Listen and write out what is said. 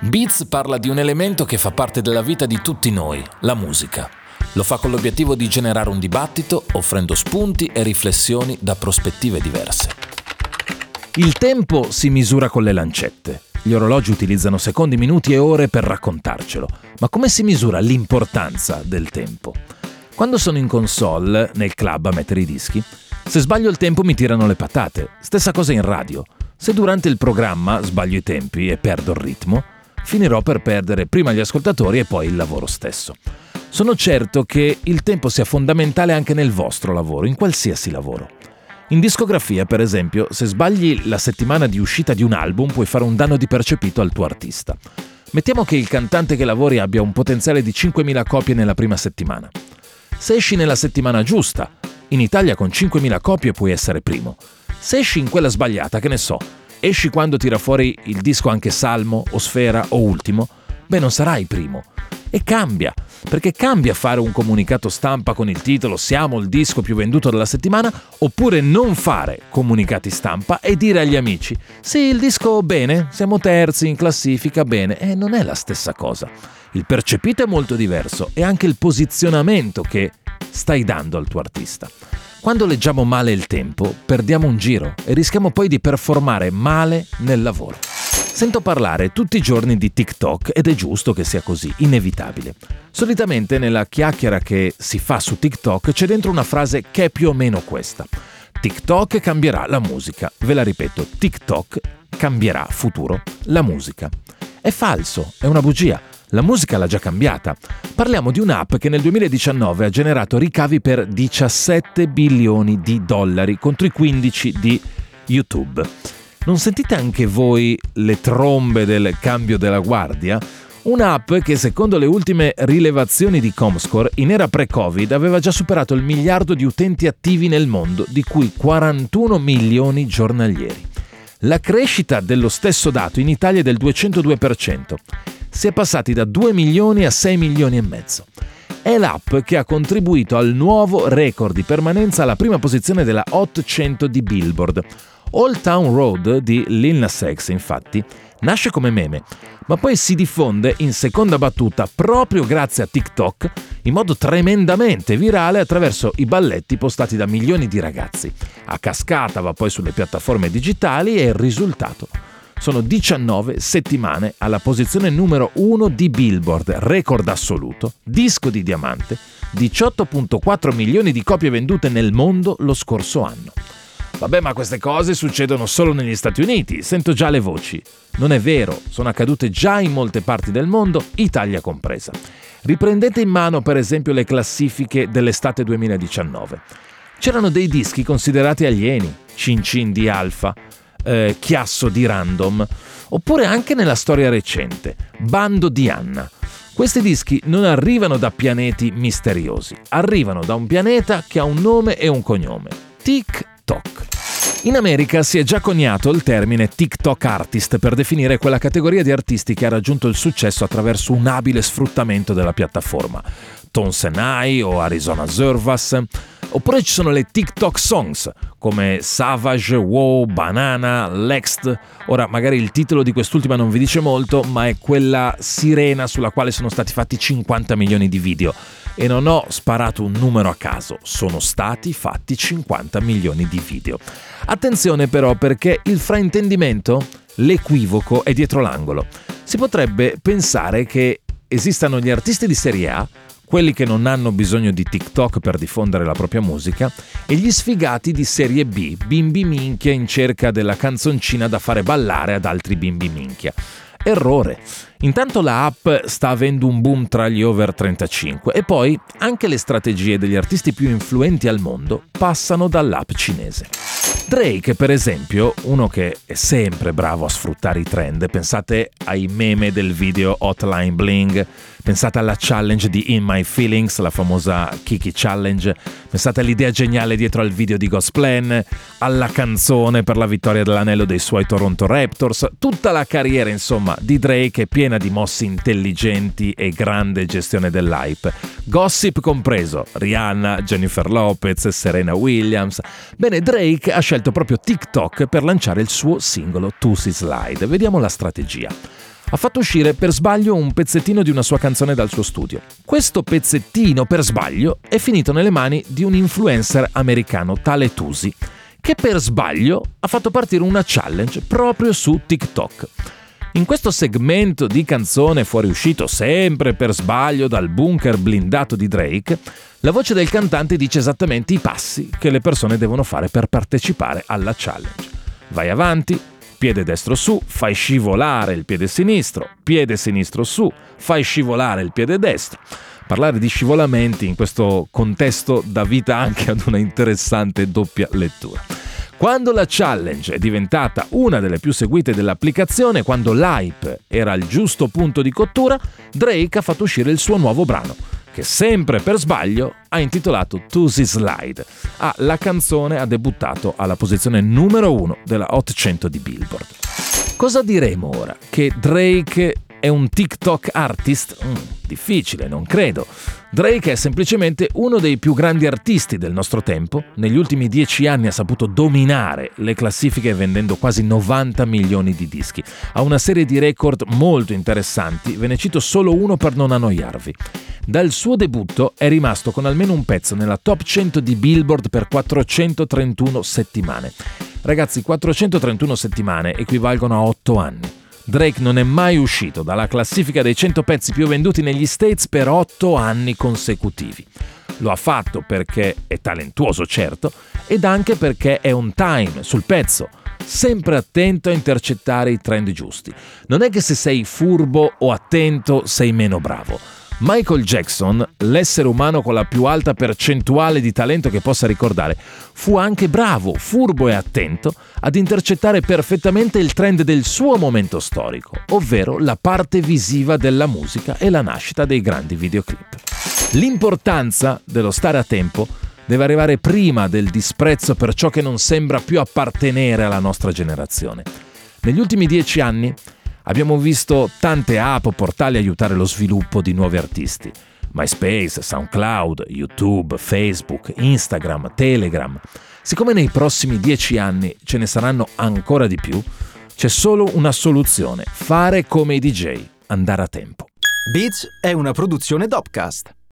Beats parla di un elemento che fa parte della vita di tutti noi, la musica. Lo fa con l'obiettivo di generare un dibattito, offrendo spunti e riflessioni da prospettive diverse. Il tempo si misura con le lancette. Gli orologi utilizzano secondi, minuti e ore per raccontarcelo. Ma come si misura l'importanza del tempo? Quando sono in console, nel club a mettere i dischi, se sbaglio il tempo mi tirano le patate. Stessa cosa in radio. Se durante il programma sbaglio i tempi e perdo il ritmo, finirò per perdere prima gli ascoltatori e poi il lavoro stesso. Sono certo che il tempo sia fondamentale anche nel vostro lavoro, in qualsiasi lavoro. In discografia, per esempio, se sbagli la settimana di uscita di un album puoi fare un danno di percepito al tuo artista. Mettiamo che il cantante che lavori abbia un potenziale di 5.000 copie nella prima settimana. Se esci nella settimana giusta, in Italia con 5.000 copie puoi essere primo. Se esci in quella sbagliata, che ne so, esci quando tira fuori il disco anche Salmo o Sfera o Ultimo, beh, non sarai primo. E cambia, perché cambia fare un comunicato stampa con il titolo "Siamo il disco più venduto della settimana" oppure non fare comunicati stampa e dire agli amici "Sì, il disco bene, siamo terzi in classifica, bene", e non è la stessa cosa. Il percepito è molto diverso e anche il posizionamento che stai dando al tuo artista. Quando leggiamo male il tempo, perdiamo un giro e rischiamo poi di performare male nel lavoro. Sento parlare tutti i giorni di TikTok ed è giusto che sia così, inevitabile. Solitamente nella chiacchiera che si fa su TikTok c'è dentro una frase che è più o meno questa: TikTok cambierà la musica. Ve la ripeto, TikTok cambierà futuro la musica. È falso, è una bugia. La musica l'ha già cambiata. Parliamo di un'app che nel 2019 ha generato ricavi per 17 bilioni di dollari contro i 15 di YouTube. Non sentite anche voi le trombe del cambio della guardia? Un'app che secondo le ultime rilevazioni di Comscore in era pre-Covid aveva già superato il 1 miliardo di utenti attivi nel mondo, di cui 41 milioni giornalieri. La crescita dello stesso dato in Italia è del 202%. Si è passati da 2 milioni a 6 milioni e mezzo. È l'app che ha contribuito al nuovo record di permanenza alla prima posizione della Hot 100 di Billboard. Old Town Road di Lil Nas X, infatti, nasce come meme, ma poi si diffonde in seconda battuta proprio grazie a TikTok in modo tremendamente virale attraverso i balletti postati da milioni di ragazzi. A cascata va poi sulle piattaforme digitali e il risultato sono 19 settimane alla posizione numero 1 di Billboard, record assoluto, disco di diamante, 18,4 milioni di copie vendute nel mondo lo scorso anno. Vabbè, ma queste cose succedono solo negli Stati Uniti, sento già le voci. Non è vero, sono accadute già in molte parti del mondo, Italia compresa. Riprendete in mano per esempio le classifiche dell'estate 2019. C'erano dei dischi considerati alieni, Cin Cin di Alfa, Chiasso di Random, oppure anche nella storia recente, Bando di Anna. Questi dischi non arrivano da pianeti misteriosi, arrivano da un pianeta che ha un nome e un cognome: TikTok. In America si è già coniato il termine TikTok artist per definire quella categoria di artisti che ha raggiunto il successo attraverso un abile sfruttamento della piattaforma. Tones and I o Arizona Zervas. Oppure ci sono le TikTok songs come Savage, Wow, Banana, Lext. Ora magari il titolo di quest'ultima non vi dice molto, ma è quella sirena sulla quale sono stati fatti 50 milioni di video. E non ho sparato un numero a caso, sono stati fatti 50 milioni di video. Attenzione però, perché il fraintendimento, l'equivoco è dietro l'angolo. Si potrebbe pensare che esistano gli artisti di serie A, quelli che non hanno bisogno di TikTok per diffondere la propria musica, e gli sfigati di serie B, bimbi minchia in cerca della canzoncina da fare ballare ad altri bimbi minchia. Errore. Intanto la app sta avendo un boom tra gli over 35 e poi anche le strategie degli artisti più influenti al mondo passano dall'app cinese. Drake, per esempio, uno che è sempre bravo a sfruttare i trend. Pensate ai meme del video Hotline Bling, pensate alla challenge di In My Feelings, la famosa Kiki Challenge, pensate all'idea geniale dietro al video di God's Plan, alla canzone per la vittoria dell'anello dei suoi Toronto Raptors. Tutta la carriera, insomma, di Drake è piena di mosse intelligenti e grande gestione dell'hype. Gossip compreso, Rihanna, Jennifer Lopez, Serena Williams. Bene, Drake ha scelto proprio TikTok per lanciare il suo singolo Toosie Slide. Vediamo la strategia. ha fatto uscire per sbaglio un pezzettino di una sua canzone dal suo studio. Questo pezzettino, per sbaglio, è finito nelle mani di un influencer americano, tale Tusi, che per sbaglio ha fatto partire una challenge proprio su TikTok. In questo segmento di canzone fuoriuscito sempre per sbaglio dal bunker blindato di Drake, la voce del cantante dice esattamente i passi che le persone devono fare per partecipare alla challenge. Vai avanti, piede destro su, fai scivolare il piede sinistro su, fai scivolare il piede destro. Parlare di scivolamenti in questo contesto dà vita anche ad una interessante doppia lettura. Quando la challenge è diventata una delle più seguite dell'applicazione, quando l'hype era al giusto punto di cottura, Drake ha fatto uscire il suo nuovo brano, che sempre per sbaglio ha intitolato Tusi Slide. La canzone ha debuttato alla posizione numero 1 della Hot 100 di Billboard. Cosa diremo ora? Che Drake è un TikTok artist? Difficile, non credo. Drake è semplicemente uno dei più grandi artisti del nostro tempo. Negli ultimi 10 anni ha saputo dominare le classifiche vendendo quasi 90 milioni di dischi. Ha una serie di record molto interessanti, ve ne cito solo uno per non annoiarvi. Dal suo debutto è rimasto con almeno un pezzo nella top 100 di Billboard per 431 settimane. Ragazzi, 431 settimane equivalgono a 8 anni. Drake non è mai uscito dalla classifica dei 100 pezzi più venduti negli States per 8 anni consecutivi. Lo ha fatto perché è talentuoso, certo, ed anche perché è on time, sul pezzo, sempre attento a intercettare i trend giusti. Non è che se sei furbo o attento sei meno bravo. Michael Jackson, l'essere umano con la più alta percentuale di talento che possa ricordare, fu anche bravo, furbo e attento ad intercettare perfettamente il trend del suo momento storico, ovvero la parte visiva della musica e la nascita dei grandi videoclip. L'importanza dello stare a tempo deve arrivare prima del disprezzo per ciò che non sembra più appartenere alla nostra generazione. Negli ultimi 10 anni abbiamo visto tante app o portali aiutare lo sviluppo di nuovi artisti. MySpace, SoundCloud, YouTube, Facebook, Instagram, Telegram. Siccome nei prossimi 10 anni ce ne saranno ancora di più, c'è solo una soluzione: fare come i DJ, andare a tempo. Beats è una produzione Dopcast.